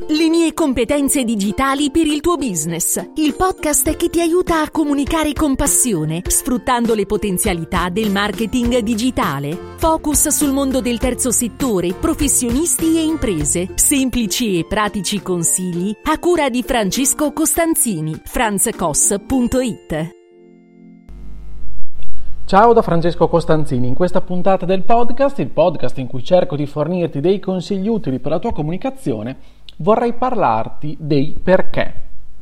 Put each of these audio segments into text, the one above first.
Le mie competenze digitali per il tuo business. Il podcast che ti aiuta a comunicare con passione, sfruttando le potenzialità del marketing digitale. Focus sul mondo del terzo settore, professionisti e imprese. Semplici e pratici consigli a cura di Francesco Costanzini. franzcos.it. Ciao da Francesco Costanzini. In questa puntata del podcast, il podcast in cui cerco di fornirti dei consigli utili per la tua comunicazione, vorrei parlarti dei perché.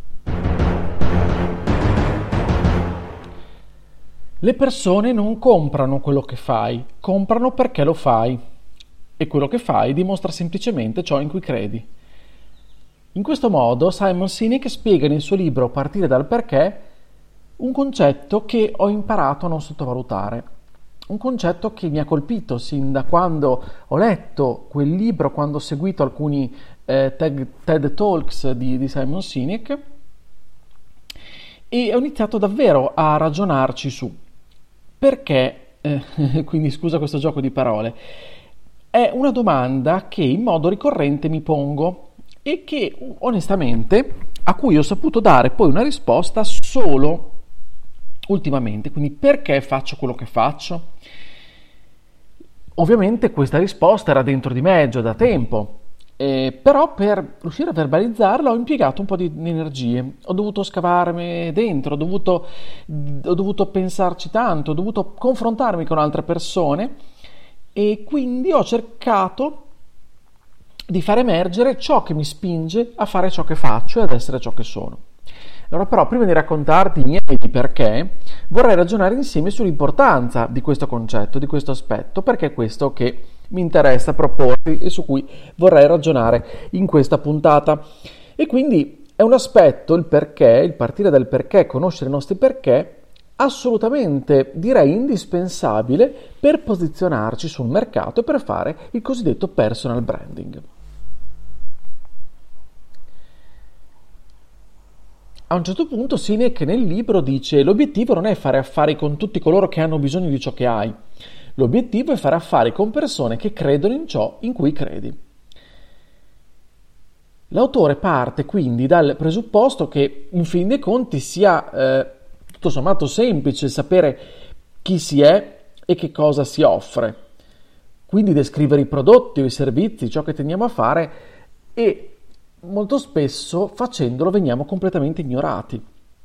Le persone non comprano quello che fai, comprano perché lo fai. E quello che fai dimostra semplicemente ciò in cui credi. In questo modo Simon Sinek spiega nel suo libro Partire dal perché un concetto che ho imparato a non sottovalutare, un concetto che mi ha colpito sin da quando ho letto quel libro, quando ho seguito alcuni TED Talks di Simon Sinek, e ho iniziato davvero a ragionarci su perché, quindi scusa questo gioco di parole, è una domanda che in modo ricorrente mi pongo e che onestamente a cui ho saputo dare poi una risposta solo ultimamente. Quindi perché faccio quello che faccio? Ovviamente questa risposta era dentro di me già da tempo, però per riuscire a verbalizzarla ho impiegato un po' di energie, ho dovuto scavarmi dentro, ho dovuto pensarci tanto, ho dovuto confrontarmi con altre persone e quindi ho cercato di far emergere ciò che mi spinge a fare ciò che faccio e ad essere ciò che sono. Allora però, prima di raccontarti i miei perché, vorrei ragionare insieme sull'importanza di questo concetto, di questo aspetto, perché è questo che mi interessa proporti e su cui vorrei ragionare in questa puntata. E quindi è un aspetto, il perché, il partire dal perché, conoscere i nostri perché, assolutamente direi indispensabile per posizionarci sul mercato e per fare il cosiddetto personal branding. A un certo punto Sinek nel libro dice: l'obiettivo non è fare affari con tutti coloro che hanno bisogno di ciò che hai, l'obiettivo è fare affari con persone che credono in ciò in cui credi. L'autore parte quindi dal presupposto che in fin dei conti sia tutto sommato semplice sapere chi si è e che cosa si offre, quindi descrivere i prodotti o i servizi, ciò che tendiamo a fare, e molto spesso facendolo veniamo completamente ignorati,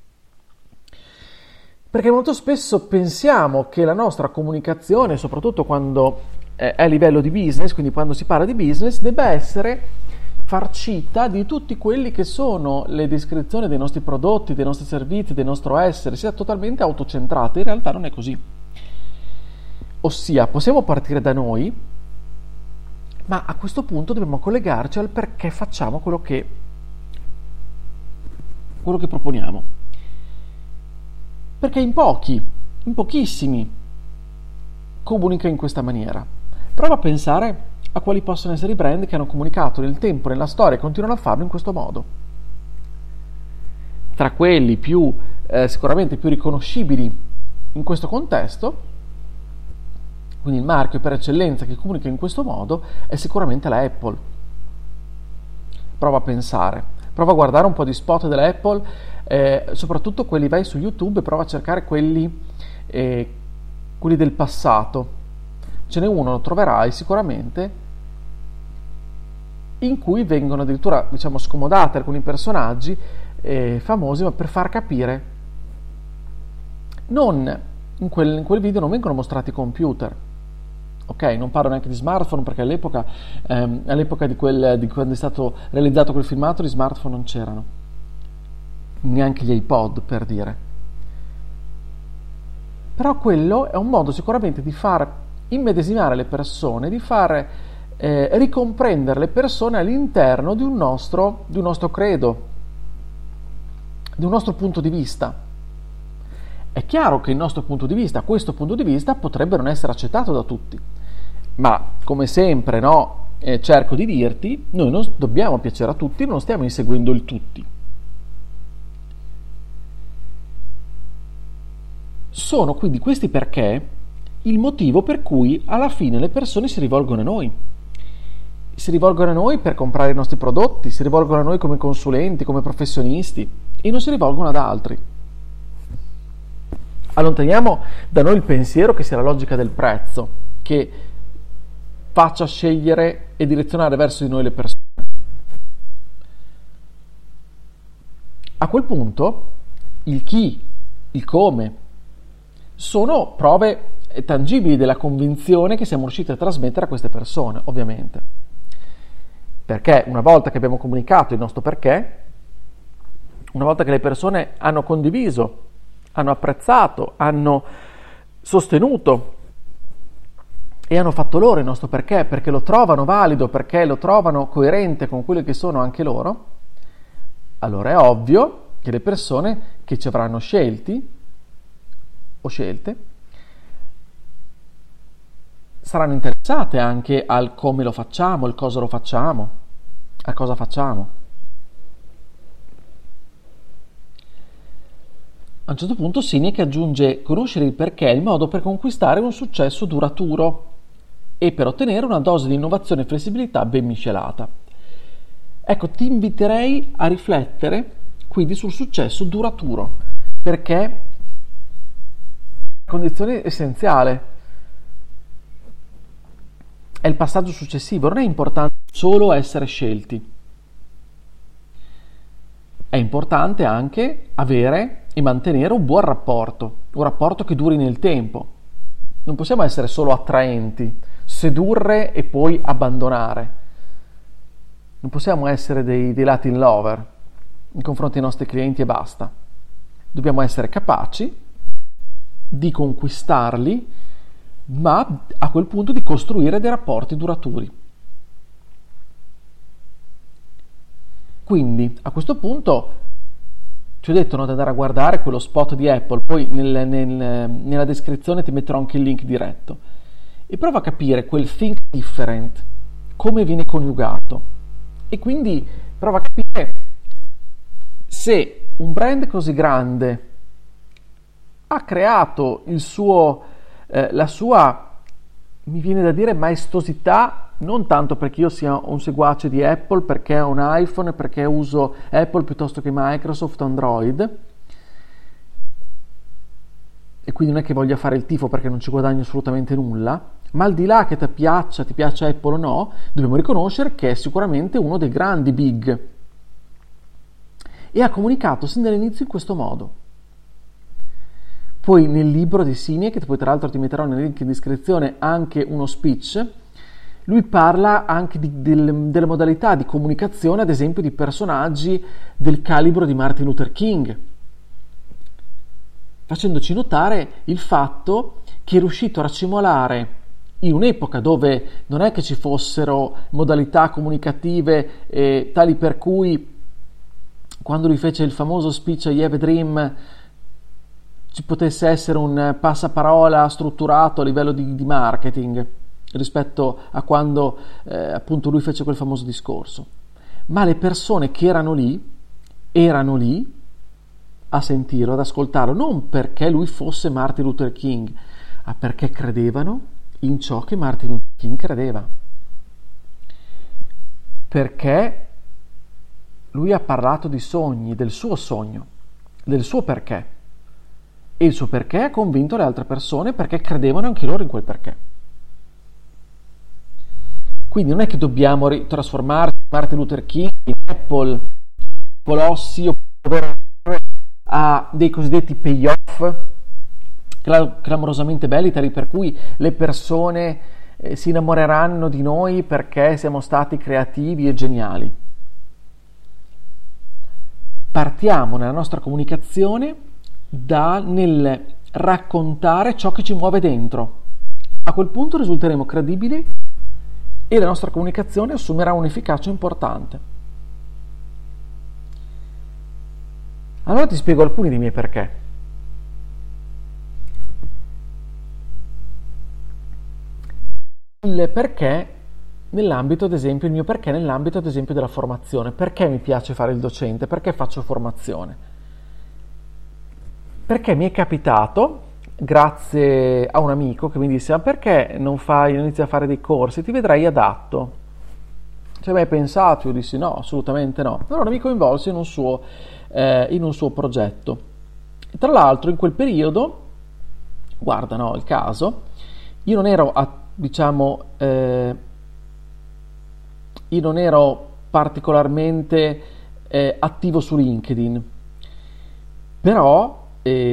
perché molto spesso pensiamo che la nostra comunicazione, soprattutto quando è a livello di business, quindi quando si parla di business, debba essere farcita di tutti quelli che sono le descrizioni dei nostri prodotti, dei nostri servizi, del nostro essere, sia totalmente autocentrata. In realtà non è così. Ossia, possiamo partire da noi, ma a questo punto dobbiamo collegarci al perché facciamo quello che proponiamo. Perché in pochissimi comunica in questa maniera. Prova a pensare a quali possono essere i brand che hanno comunicato nel tempo, nella storia e continuano a farlo in questo modo. Tra quelli sicuramente più riconoscibili in questo contesto, quindi il marchio per eccellenza che comunica in questo modo, è sicuramente la Apple. Prova a pensare, prova a guardare un po' di spot della Apple, soprattutto quelli, vai su YouTube e prova a cercare quelli del passato. Ce n'è uno, lo troverai sicuramente, in cui vengono addirittura, scomodati alcuni personaggi famosi, ma per far capire, in quel video non vengono mostrati i computer. Ok, non parlo neanche di smartphone, perché all'epoca di quando è stato realizzato quel filmato, gli smartphone non c'erano, neanche gli iPod, per dire. Però quello è un modo sicuramente di far immedesimare le persone, di far ricomprendere le persone all'interno di un nostro credo, di un nostro punto di vista. È chiaro che il nostro punto di vista, questo punto di vista, potrebbe non essere accettato da tutti, ma come sempre, cerco di dirti, noi non dobbiamo piacere a tutti, non stiamo inseguendo il tutti. Sono quindi questi perché il motivo per cui alla fine le persone si rivolgono a noi. si rivolgono a noi per comprare i nostri prodotti, si rivolgono a noi come consulenti, come professionisti e non si rivolgono ad altri. Allontaniamo da noi il pensiero che sia la logica del prezzo, che faccia scegliere e direzionare verso di noi le persone. A quel punto il chi, il come, sono prove tangibili della convinzione che siamo riusciti a trasmettere a queste persone, ovviamente. Perché una volta che abbiamo comunicato il nostro perché, una volta che le persone hanno condiviso, hanno apprezzato, hanno sostenuto e hanno fatto loro il nostro perché lo trovano valido, perché lo trovano coerente con quello che sono anche loro, allora è ovvio che le persone che ci avranno scelti o scelte saranno interessate anche al come lo facciamo, il cosa lo facciamo, a cosa facciamo. A un certo punto Sinek aggiunge: conoscere il perché è il modo per conquistare un successo duraturo e per ottenere una dose di innovazione e flessibilità ben miscelata. Ecco, ti inviterei a riflettere quindi sul successo duraturo, perché è una condizione essenziale. È il passaggio successivo, non è importante solo essere scelti. È importante anche avere e mantenere un buon rapporto che duri nel tempo. Non possiamo essere solo attraenti, sedurre e poi abbandonare. Non possiamo essere dei Latin lover in confronto ai nostri clienti e basta. Dobbiamo essere capaci di conquistarli, ma a quel punto di costruire dei rapporti duraturi. Quindi a questo punto ti ho detto, no, di andare a guardare quello spot di Apple, poi nella descrizione ti metterò anche il link diretto e prova a capire quel think different, come viene coniugato, e quindi prova a capire se un brand così grande ha creato la sua, mi viene da dire, maestosità, non tanto perché io sia un seguace di Apple, perché ho un iPhone e perché uso Apple piuttosto che Microsoft o Android, e quindi non è che voglia fare il tifo perché non ci guadagno assolutamente nulla, ma al di là che ti piaccia Apple o no, dobbiamo riconoscere che è sicuramente uno dei grandi big e ha comunicato sin dall'inizio in questo modo. Poi nel libro di Sinek, che poi tra l'altro ti metterò nel link in descrizione anche uno speech, lui parla anche delle modalità di comunicazione, ad esempio di personaggi del calibro di Martin Luther King, facendoci notare il fatto che è riuscito a racimolare in un'epoca dove non è che ci fossero modalità comunicative tali per cui quando lui fece il famoso speech I Have a Dream ci potesse essere un passaparola strutturato a livello di marketing rispetto a quando appunto lui fece quel famoso discorso, ma le persone che erano lì a sentirlo, ad ascoltarlo, non perché lui fosse Martin Luther King, ma perché credevano in ciò che Martin Luther King credeva, perché lui ha parlato di sogni, del suo sogno, del suo perché, e il suo perché ha convinto le altre persone perché credevano anche loro in quel perché. Quindi non è che dobbiamo trasformarci Martin Luther King in Apple Colossi o a dei cosiddetti payoff clamorosamente belli, tali per cui le persone si innamoreranno di noi perché siamo stati creativi e geniali. Partiamo nella nostra comunicazione nel raccontare ciò che ci muove dentro. A quel punto risulteremo credibili e la nostra comunicazione assumerà un'efficacia importante. Allora ti spiego alcuni dei miei perché. Il perché nell'ambito, ad esempio, il mio perché nell'ambito, ad esempio, della formazione. Perché mi piace fare il docente? Perché faccio formazione? Perché mi è capitato, grazie a un amico che mi disse: ma perché non inizi a fare dei corsi? Ti vedrai adatto. Ci hai mai pensato? Io dissi no, assolutamente no. Allora mi coinvolse in un suo progetto. E tra l'altro in quel periodo, guarda, no, il caso, io non ero, io non ero particolarmente attivo su LinkedIn, però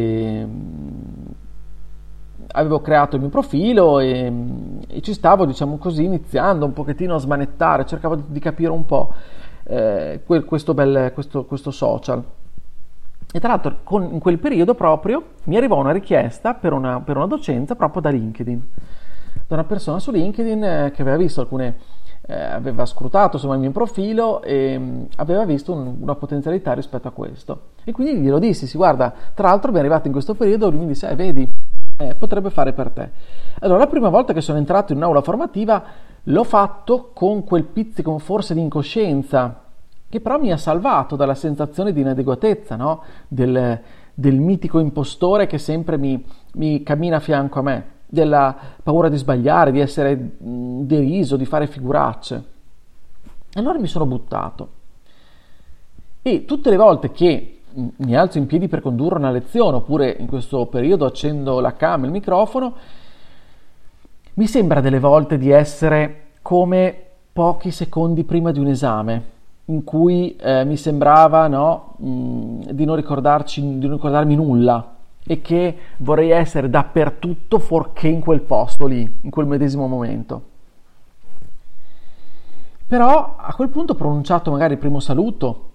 avevo creato il mio profilo e ci stavo, diciamo così, iniziando un pochettino a smanettare, cercavo di capire un po' questo social. E tra l'altro in quel periodo proprio mi arrivò una richiesta per una docenza proprio da LinkedIn, da una persona su LinkedIn che aveva visto aveva scrutato insomma il mio profilo e aveva visto una potenzialità rispetto a questo. E quindi glielo dissi, sì, guarda, tra l'altro mi è arrivato in questo periodo, lui mi disse, vedi, potrebbe fare per te. Allora, la prima volta che sono entrato in un'aula formativa l'ho fatto con quel pizzico forse di incoscienza, che però mi ha salvato dalla sensazione di inadeguatezza, no? del mitico impostore che sempre mi cammina a fianco a me, della paura di sbagliare, di essere deriso, di fare figuracce. Allora mi sono buttato. E tutte le volte che mi alzo in piedi per condurre una lezione, oppure in questo periodo accendo la cam, il microfono, mi sembra delle volte di essere come pochi secondi prima di un esame, in cui mi sembrava di non ricordarmi nulla e che vorrei essere dappertutto fuorché in quel posto lì, in quel medesimo momento. Però a quel punto ho pronunciato magari il primo saluto,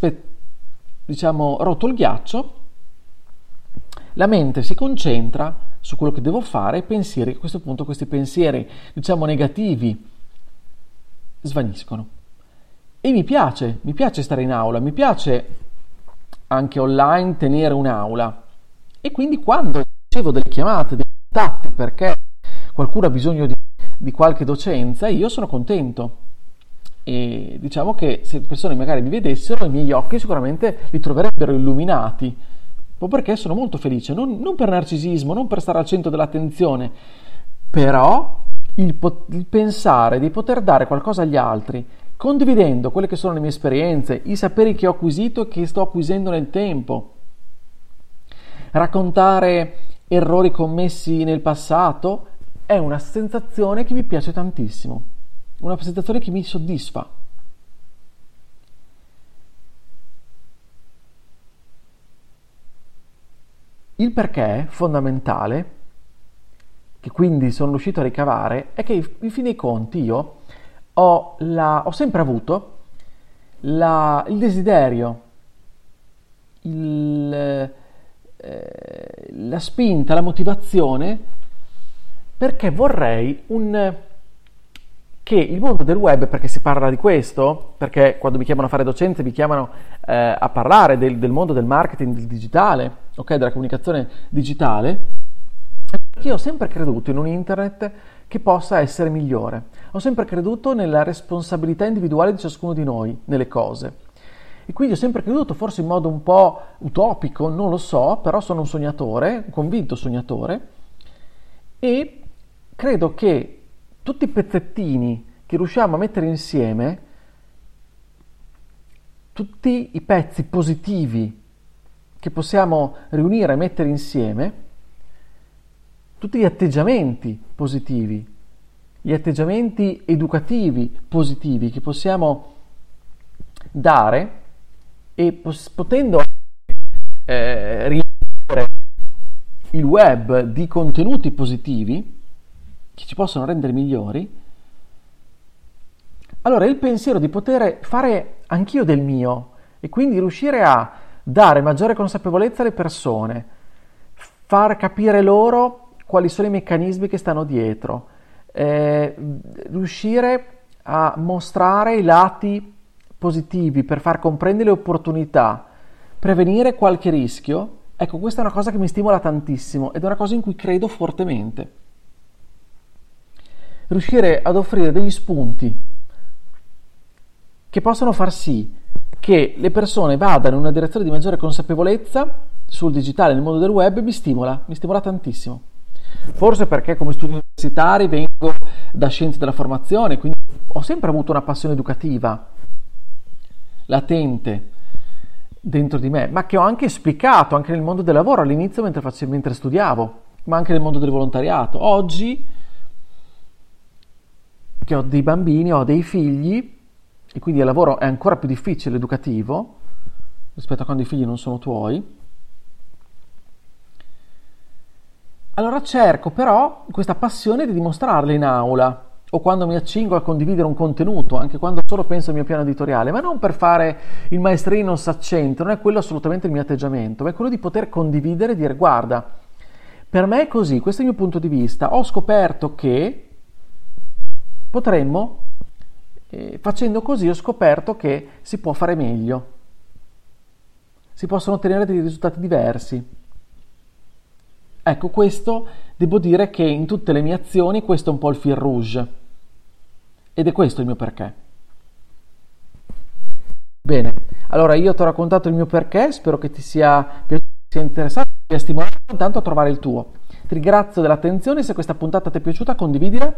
rotto il ghiaccio, la mente si concentra su quello che devo fare e a questo punto questi pensieri, negativi, svaniscono. E mi piace stare in aula, mi piace anche online tenere un'aula. E quindi quando ricevo delle chiamate, dei contatti, perché qualcuno ha bisogno di qualche docenza, io sono contento. E diciamo che se le persone magari mi vedessero, i miei occhi sicuramente li troverebbero illuminati, proprio perché sono molto felice, non per narcisismo, non per stare al centro dell'attenzione, però il pensare di poter dare qualcosa agli altri, condividendo quelle che sono le mie esperienze, i saperi che ho acquisito e che sto acquisendo nel tempo, raccontare errori commessi nel passato, è una sensazione che mi piace tantissimo, una sensazione che mi soddisfa. Il perché fondamentale, che quindi sono riuscito a ricavare, è che in fin dei conti io ho sempre avuto il desiderio, la spinta, la motivazione, perché vorrei che il mondo del web, perché si parla di questo, perché quando mi chiamano a fare docenze mi chiamano a parlare del mondo del marketing, del digitale, della comunicazione digitale, perché io ho sempre creduto in un internet che possa essere migliore. Ho sempre creduto nella responsabilità individuale di ciascuno di noi, nelle cose. E quindi ho sempre creduto, forse in modo un po' utopico, non lo so, però sono un sognatore, un convinto sognatore, e credo che tutti i pezzettini che riusciamo a mettere insieme, tutti i pezzi positivi che possiamo riunire e mettere insieme, tutti gli atteggiamenti positivi, gli atteggiamenti educativi positivi che possiamo dare, e potendo riempire il web di contenuti positivi che ci possono rendere migliori, allora il pensiero di poter fare anch'io del mio e quindi riuscire a dare maggiore consapevolezza alle persone, far capire loro quali sono i meccanismi che stanno dietro, riuscire a mostrare i lati positivi per far comprendere le opportunità, prevenire qualche rischio, ecco, questa è una cosa che mi stimola tantissimo ed è una cosa in cui credo fortemente. Riuscire ad offrire degli spunti che possono far sì che le persone vadano in una direzione di maggiore consapevolezza sul digitale, nel mondo del web, mi stimola tantissimo. Forse perché come studi universitari vengo da scienze della formazione, quindi ho sempre avuto una passione educativa latente dentro di me, ma che ho anche esplicato anche nel mondo del lavoro all'inizio mentre studiavo, ma anche nel mondo del volontariato. Oggi che ho dei bambini, ho dei figli e quindi il lavoro è ancora più difficile, educativo, rispetto a quando i figli non sono tuoi. Allora cerco però questa passione di dimostrarla in aula o quando mi accingo a condividere un contenuto, anche quando solo penso al mio piano editoriale, ma non per fare il maestrino saccente, non è quello assolutamente il mio atteggiamento, ma è quello di poter condividere e dire guarda, per me è così, questo è il mio punto di vista, ho scoperto che potremmo, facendo così ho scoperto che si può fare meglio, si possono ottenere dei risultati diversi. Ecco, questo devo dire che in tutte le mie azioni questo è un po' il fil rouge ed è questo il mio perché. Bene, allora io ti ho raccontato il mio perché, spero che ti sia piaciuto, sia interessato, ti sia stimolato intanto a trovare il tuo. Ti ringrazio dell'attenzione, se questa puntata ti è piaciuta condividila,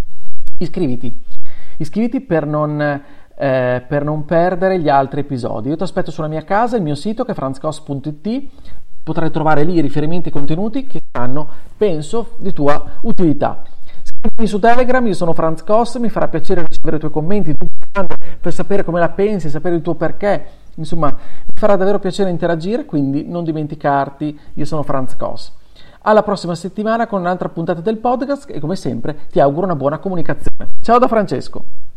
iscriviti per non perdere gli altri episodi. Io ti aspetto sulla mia casa, il mio sito che è franzcos.it. Potrai trovare lì riferimenti e contenuti che saranno, penso, di tua utilità. Scrivimi su Telegram, io sono Franz Cos, mi farà piacere ricevere i tuoi commenti, per sapere come la pensi, sapere il tuo perché. Insomma, mi farà davvero piacere interagire, quindi non dimenticarti, io sono Franz Cos. Alla prossima settimana con un'altra puntata del podcast e come sempre ti auguro una buona comunicazione. Ciao da Francesco!